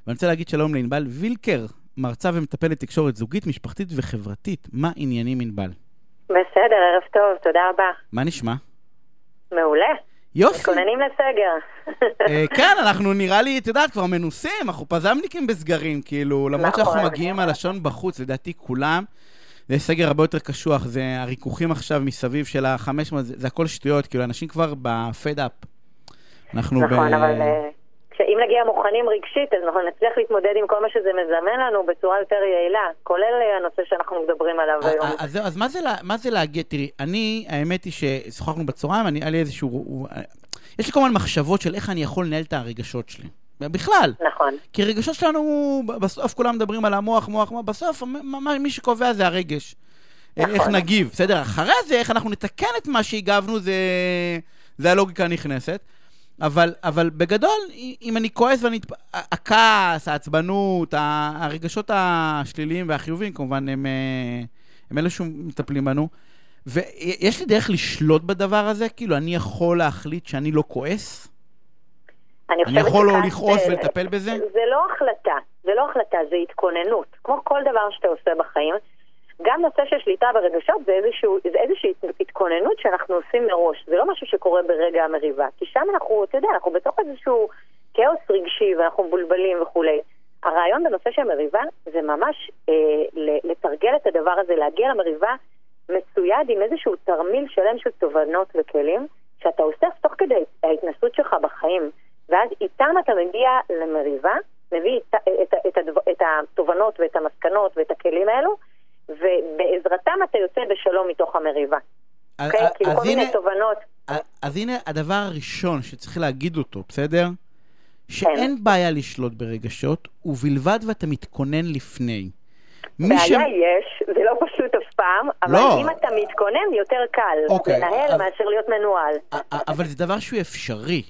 ואני רוצה להגיד שלום לענבל וילקר, מרצה ומטפלת תקשורת זוגית, משפחתית וחברתית. מה עניינים ענבל? בסדר, ערב טוב, תודה רבה. מה נשמע? מעולה. יופי. מתכוננים לסגר. כן, אנחנו נראה לי, את יודעת, כבר מנוסים, אנחנו פזמניקים בסגרים, כאילו, למרות שאנחנו מגיעים על לשון בחוץ, לדעתי כולם, זה סגר הרבה יותר קשוח, זה הריכוכים עכשיו מסביב של ה-500, זה הכל שטויות, כאילו, אנשים כבר בפד-אפ. נכון, אבל אם נגיע מוכנים רגשית, אז אנחנו נצליח להתמודד עם כל מה שזה מזמן לנו בצורה יותר יעילה, כולל הנושא שאנחנו מדברים עליו היום. אז מה זה להגיע? תראי, האמת היא ששוחחנו בצהריים, היה לי איזשהו... יש לי כל מיני מחשבות של איך אני יכול לנהל את הרגשות שלי. בכלל. נכון. כי רגשות שלנו, בסוף כולם מדברים על המוח, בסוף מי שקובע זה הרגש. נכון. איך נגיב, בסדר? אחרי זה, איך אנחנו נתקן את מה שהגבנו, זה הלוגיקה נכנסת. אבל בגדול, אם אני כועס הכעס, העצבנות, הרגשות השליליים והחיוביים, כמובן, הם אלה שמטפלים בנו. ויש לי דרך לשלוט בדבר הזה? כאילו, אני יכול להחליט שאני לא כועס? אני יכול לא לכעוס ולטפל בזה? זה לא החלטה, זה התכוננות. כמו כל דבר שאתה עושה בחיים, גם נושא של שליטה ברגשות זה איזושהי התכוננות שאנחנו עושים מראש. זה לא משהו שקורה ברגע המריבה. כי שם אנחנו בתוך איזשהו כאוס רגשי ואנחנו מבולבלים וכולי. הרעיון בנושא של מריבה זה ממש לתרגל את הדבר הזה, להגיע למריבה מצויד עם איזשהו תרמיל שלם של תובנות וכלים שאתה עושה תוך כדי ההתנסות שלך בחיים. ואז איתם אתה מגיע למריבה, מביא את התובנות ואת המסקנות ואת הכלים האלו, ובעזרתם אתה יוצא בשלום מתוך המריבה. כאילו כל מיני תובנות. אז הנה הדבר הראשון שצריך להגיד אותו, בסדר? שאין בעיה לשלוט ברגשות, ובלבד ואתה מתכונן לפני. בעיה יש, זה לא פשוט אף פעם, אבל אם אתה מתכונן יותר קל לנהל מאשר להיות מנוהל. אבל זה דבר שהוא אפשרי.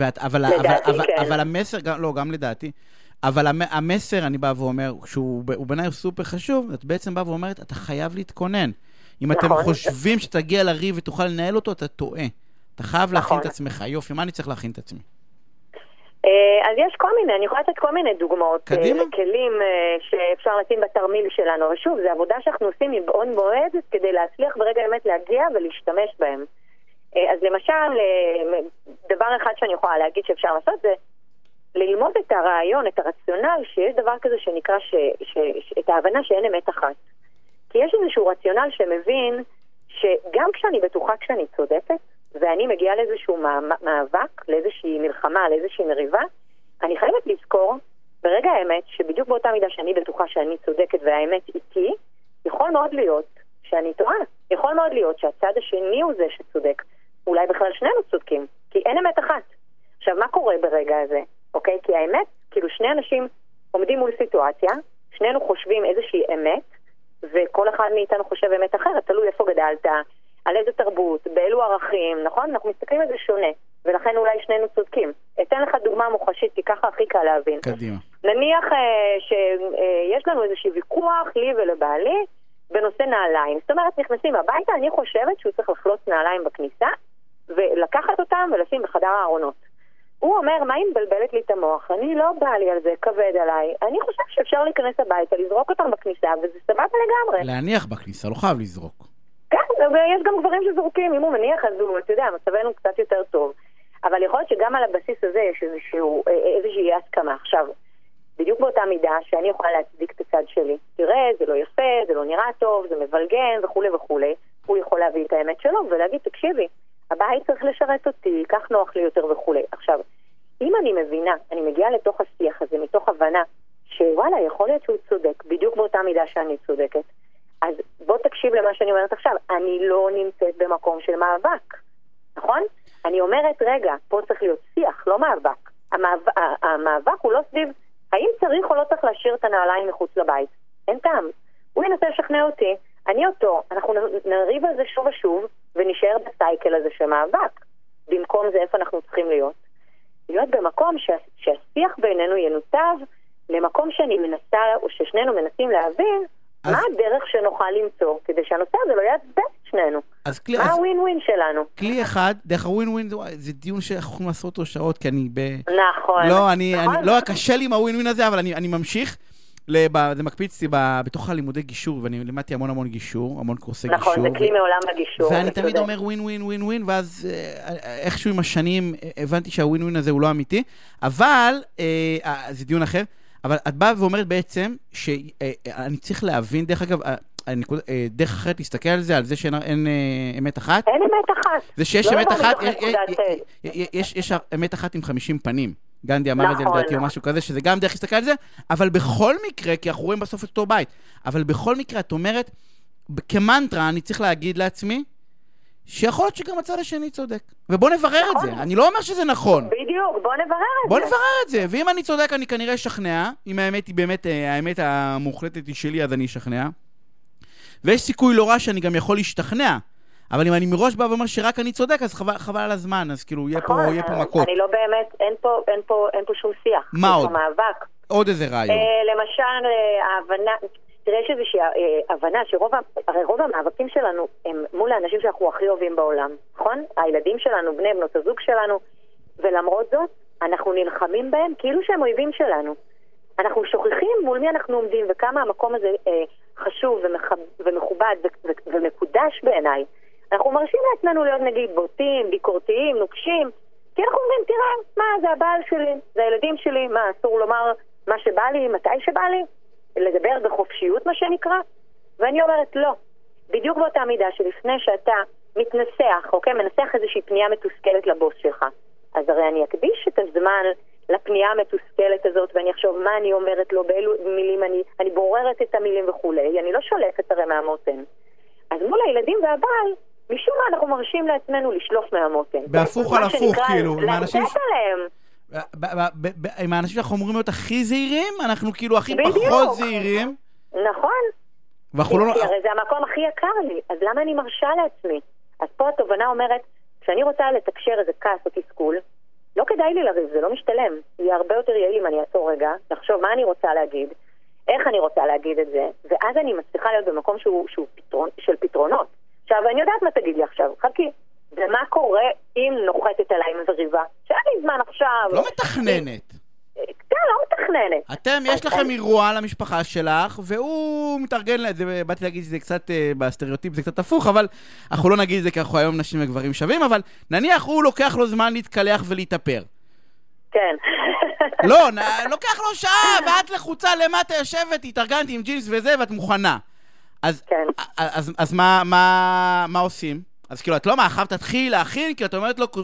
אבל המסר, גם לדעתי, אבל המסר, אני בא ואומר, שהוא בעיניי סופר חשוב, את בעצם בא ואומרת, אתה חייב להתכונן. אם אתם חושבים שתגיע לריב ותוכל לנהל אותו, אתה טועה. אתה חייב להכין את עצמך. יופי, מה אני צריך להכין את עצמי? אז יש כל מיני, אני יכולה לתת כל מיני דוגמאות, כלים שאפשר לשים בתרמיל שלנו, אבל שוב, זה עבודה שאנחנו עושים מבעוד מועד כדי להצליח ברגע האמת להגיע ולהשתמש בהם. אז למשל, דבר אחד שאני יכולה להגיד שאפשר לעשות זה ללמוד את הרעיון, את הרציונל, שיש דבר כזה שנקרא את ההבנה שאין אמת אחת. כי יש איזשהו רציונל שמבין שגם כשאני בטוחה כשאני צודקת, ואני מגיעה לאיזשהו מאבק, לאיזושהי מלחמה, לאיזושהי מריבה, אני חייבת לזכור ברגע האמת שבדיוק באותה מידה שאני בטוחה שאני צודקת והאמת איתי, יכול מאוד להיות שאני טועה. יכול מאוד להיות שהצד השני הוא זה שצודק. אולי בכלל שנינו צודקים, כי אין אמת אחת. עכשיו, מה קורה ברגע הזה? אוקיי? כי האמת, כאילו שני אנשים עומדים מול סיטואציה, שנינו חושבים איזושהי אמת, וכל אחד מאיתנו חושב אמת אחרת, תלוי איפה גדלת, על איזה תרבות, באילו ערכים, נכון? אנחנו מסתכלים על זה שונה, ולכן אולי שנינו צודקים. אתן לך דוגמה מוחשית, כי ככה הכי קל להבין. קדימה. נניח שיש לנו איזושהי ויכוח, לי ולבעלי, בנושא נעליים. זאת אומרת, נכנסים הביתה, אני חושבת שהוא צריך לחלוץ נעליים בכניסה, ולקחת אותם ולשים בחדר הארונות. הוא אומר, מה אם מבלבלת לי את המוח? אני לא באה לי על זה, כבד עליי. אני חושב שאפשר להיכנס הביתה, לזרוק אותם בכניסה, וזה סבבה לגמרי. להניח בכניסה, לא חייב לזרוק. כן, ויש גם גברים שזורקים, אם הוא מניח, אז הוא, אתה יודע, מצבנו קצת יותר טוב. אבל יכול להיות שגם על הבסיס הזה יש איזושהי הסכמה. עכשיו, בדיוק באותה מידה שאני יכולה להצדיק את הצד שלי. תראה, זה לא יפה, זה לא נראה טוב, זה מבלגן וכו' וכו'. הוא יכול להביא את האמת שלו ולהגיד, תקשיבי, הבית צריך לשרת אותי, כך נוח לי יותר וכו'. עכשיו, אם אני מבינה, אני מגיעה לתוך השיח הזה, מתוך הבנה, שוואלה, יכול להיות שהוא צודק, בדיוק באותה מידה שאני צודקת. אז בוא תקשיב למה שאני אומרת עכשיו. אני לא נמצאת במקום של מאבק. נכון? אני אומרת, רגע, פה צריך להיות שיח, לא מאבק. המאבק הוא לא סביב, האם צריך או לא צריך להשאיר את הנעליים מחוץ לבית? אין טעם. הוא ינסה לשכנע אותי, אני אותו, אנחנו נריב על זה שוב ושוב, ונשאר בסייקל הזה של מאבק. במקום זה איפה אנחנו צריכים להיות. להיות במקום שהשיח בינינו ינותב, למקום שאני מנסה, או ששנינו מנסים להבין, מה הדרך שנוכל למצוא, כדי שהנושא הזה לא יעצבן את שנינו. מה הווין ווין שלנו? כלי אחד, דרך הווין ווין, זה דיון שאנחנו יכולים לעשות אותו שעות, כי אני נכון. לא, קשה לי עם הווין ווין הזה, אבל אני ממשיך. זה מקפיץ לי בתוך הלימודי גישור, ואני לימדתי המון גישור, המון קורסי גישור. נכון, זה כלי מעולם הגישור. ואני תמיד אומר ווין ווין ווין ווין, ואז איכשהו עם השנים הבנתי שהווין ווין הזה הוא לא אמיתי, אבל, זה דיון אחר, אבל את באה ואומרת בעצם שאני צריך להבין, דרך אגב, דרך אחרת להסתכל על זה, על זה שאין אמת אחת. אין אמת אחת. זה שיש אמת אחת, יש אמת אחת עם 50 פנים. גנדי אמר את זה לדעתי או משהו כזה, שזה גם דרך להסתכל על זה, אבל בכל מקרה, כי אנחנו רואים בסוף את אותו בית, אבל בכל מקרה את אומרת, כמנטרה אני צריך להגיד לעצמי, שיכול להיות שגם הצד השני צודק. ובוא נברר את זה. אני לא אומר שזה נכון. בדיוק, בוא נברר את זה. בוא נברר את זה. ואם אני צודק, אני כנראה אשכנע. אם האמת היא באמת, האמת המוחלטת היא שלי, אז אני אשכנע. ויש סיכוי לא רע שאני גם יכול להשתכנע. אבל אם אני מראש בא ואומר שרק אני צודק, אז חבל על הזמן. אז כאילו, יהיה פה מכות. אני לא באמת, אין פה שום שיח. מה עוד? מאבק. עוד איזה רעיון. למשל, ההבנה, תראה יש איזושהי הבנה הרי רוב המאבקים שלנו הם מול האנשים שאנחנו הכי אוהבים בעולם, נכון? הילדים שלנו, בני בנות הזוג שלנו, ולמרות זאת, אנחנו נלחמים בהם כאילו שהם אויבים שלנו. אנחנו שוכחים מול מי אנחנו עומדים, וכמה המקום הזה חשוב ומכובד ומקודש בעיניי. אנחנו מרשים לעצמנו להיות נגיד בוטים, ביקורתיים, נוקשים, כי אנחנו אומרים, תראה, מה, זה הבעל שלי, זה הילדים שלי, מה, אסור לומר מה שבא לי, מתי שבא לי? לדבר בחופשיות מה שנקרא, ואני אומרת לא, בדיוק באותה מידה שלפני שאתה מתנסח, אוקיי, מנסח איזושהי פנייה מתוסכלת לבוס שלך, אז הרי אני אקדיש את הזמן לפנייה המתוסכלת הזאת, ואני אחשוב מה אני אומרת לו, באילו מילים אני בוררת את המילים וכולי, אני לא שולפת הרי מהמותן. אז מול הילדים והבעל, משום מה אנחנו מרשים לעצמנו לשלוף מהמותן. בהפוך על הפוך, כאילו, לתת עליהם. עם האנשים שאנחנו אמורים להיות הכי זהירים, אנחנו כאילו הכי פחות זהירים. נכון. הרי זה המקום הכי יקר לי, אז למה אני מרשה לעצמי? אז פה התובנה אומרת, כשאני רוצה לתקשר איזה כעס או תסכול, לא כדאי לי לריב, זה לא משתלם. יהיה הרבה יותר יעיל אם אני אעצור רגע, לחשוב מה אני רוצה להגיד, איך אני רוצה להגיד את זה, ואז אני מצליחה להיות במקום שהוא של פתרונות. עכשיו, אני יודעת מה תגיד לי עכשיו, חכי. ומה קורה אם נוחתת עליי מריבה? שאין לי זמן עכשיו. לא מתכננת. כן, לא מתכננת. יש לכם אירוע למשפחה שלך, והוא מתארגן לזה, באתי להגיד שזה קצת, בסטריאוטיפ זה קצת הפוך, אבל אנחנו לא נגיד את זה כי אנחנו היום נשים וגברים שווים, אבל נניח הוא לוקח לו זמן להתקלח ולהתאפר. כן. לא, לוקח לו שעה, ואת לחוצה למטה יושבת, התארגנת עם ג'ינס וזה, ואת מוכנה. אז מה עושים? אז כאילו, את לא מאחר, תתחיל להכין, כאילו, את אומרת לו,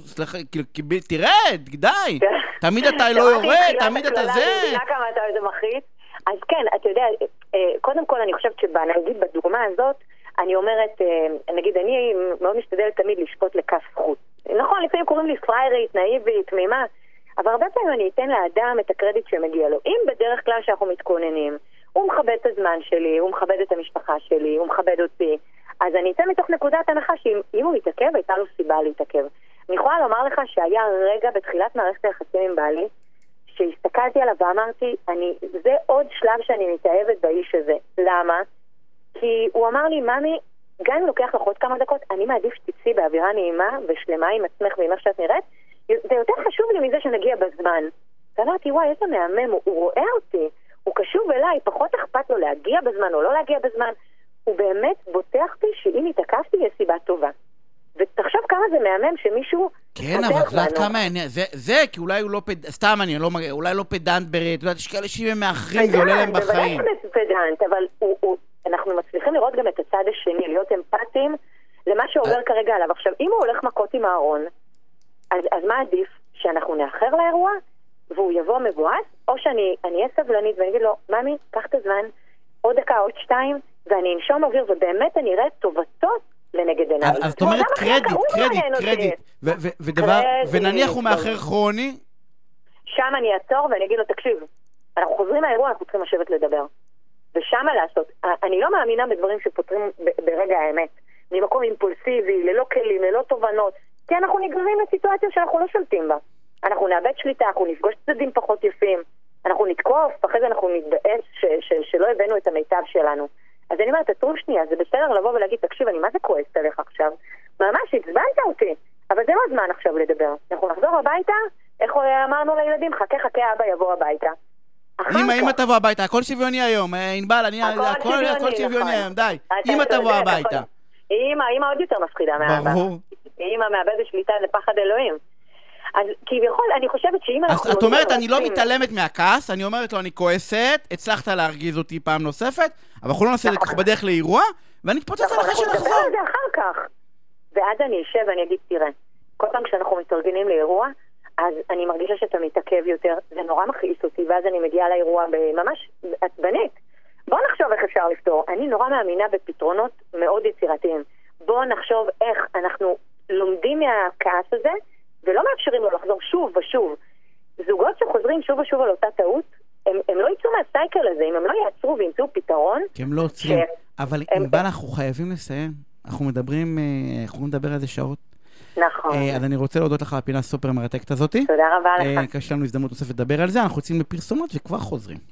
תרד, די, תמיד אתה לא יורד, תמיד אתה זה. אני מבינה כמה אתה איזה מחריץ. אז כן, אתה יודע, קודם כל אני חושבת נגיד בדוגמה הזאת, אני אומרת, נגיד, אני מאוד משתדלת תמיד לשפוט לכף זכות. נכון, לפעמים קוראים לי פריירית, נאיבית, תמימה, אבל הרבה פעמים אני אתן לאדם את הקרדיט שמגיע לו. אם בדרך כלל שאנחנו מתכוננים, הוא מכבד את הזמן שלי, הוא מכבד את המשפחה שלי, הוא מכבד אותי, אז אני אצא מתוך נקודת הנחה שאם הוא מתעכב, הייתה לו סיבה להתעכב. אני יכולה לומר לך שהיה רגע בתחילת מערכת היחסים עם בעלי, שהסתכלתי עליו ואמרתי, זה עוד שלב שאני מתאהבת באיש הזה. למה? כי הוא אמר לי, ממי, גם אם לוקח לך עוד כמה דקות, אני מעדיף שתצאי באווירה נעימה ושלמה עם עצמך ועם איך שאת נראית, זה יותר חשוב לי מזה שנגיע בזמן. ואמרתי, וואי, איזה מהמם, הוא רואה אותי, הוא קשוב אליי, פחות אכפת לו להגיע בזמן או לא להגיע בזמן. הוא באמת בוטח בי שאם התעכבתי יש סיבה טובה. ותחשוב כמה זה מהמם שמישהו... כן, אבל את יודעת כמה... זה, כי אולי הוא לא פדנט, סתם אולי לא פדנט ברד, את יודעת, יש כאלה שאם הם מאחרים, זה עולה להם בחיים. בוודאי פדנט, אבל אנחנו מצליחים לראות גם את הצד השני, להיות אמפתיים למה שעובר כרגע עליו. עכשיו, אם הוא הולך מכות עם הארון, אז מה עדיף? שאנחנו נאחר לאירוע, והוא יבוא מבועס, או שאני אהיה סבלנית ואני אגיד לו, ממי, קח את הזמן, עוד דקה, עוד 2, ואני אנשום אוויר, ובאמת אני אראה טובתו לנגד עיניי. אז את אומרת קרדיט, ונניח הוא מאחר כרוני? שם אני אעצור ואני אגיד לו, תקשיב, אנחנו חוזרים מהאירוע, אנחנו צריכים לשבת לדבר. ושם לעשות. אני לא מאמינה בדברים שפותרים ברגע האמת. ממקום אימפולסיבי, ללא כלים, ללא תובנות. כי אנחנו נגררים לסיטואציה שאנחנו לא שולטים בה. אנחנו נאבד שליטה, אנחנו נפגוש צדדים פחות יפים. אנחנו נתקוף, אחרי זה אנחנו נתבאס שלא הבאנו את המיטב שלנו. אז אני אומרת, תתרו שנייה, זה בסדר לבוא ולהגיד, תקשיב, אני מה זה כועסת עליך עכשיו? ממש עצבנת אותי. אבל זה לא זמן עכשיו לדבר. אנחנו נחזור הביתה, איך אמרנו לילדים, חכה, אבא יבוא הביתה. אמא תבוא הביתה, הכל שוויוני היום. ענבל, הכל שוויוני היום, די. אמא תבוא הביתה. אמא עוד יותר מפחידה מאבא. ברור. אמא מאבדת שליטה לפחד אלוהים. אז כביכול, אני חושבת שאם אנחנו... אז את אומרת, אני לא מתעלמת מהכעס, אני אומרת לו, אני כועסת, הצלחת להרגיז אותי פעם נוספת, אבל אנחנו לא נעשה את זה כך בדרך לאירוע, ואני אתפוצץ על אחרי שנחזור. אנחנו נדבר על זה אחר כך. ואז אני אשב ואני אגיד, תראה, כל פעם כשאנחנו מתארגנים לאירוע, אז אני מרגישה שאתה מתעכב יותר, זה נורא מכעיס אותי, ואז אני מגיעה לאירוע ממש עצבנית. בוא נחשוב איך אפשר לפתור. אני נורא מאמינה בפתרונות מאוד יצירתיים. בוא נחשוב איך אנחנו לומדים מהכעס הזה, ולא מאפשרים לו לחזור שוב ושוב. זוגות שחוזרים שוב ושוב על אותה טעות, הם לא יצאו מהסייקל הזה, אם הם לא יעצרו וימצאו פתרון. כי הם לא עוצרים. אבל אם בא אנחנו חייבים לסיים. אנחנו נדבר על זה שעות. נכון. אז אני רוצה להודות לך על הפינה סופר מרתקת הזאת. תודה רבה לך. יש לנו הזדמנות נוספת לדבר על זה, אנחנו יוצאים בפרסומות וכבר חוזרים.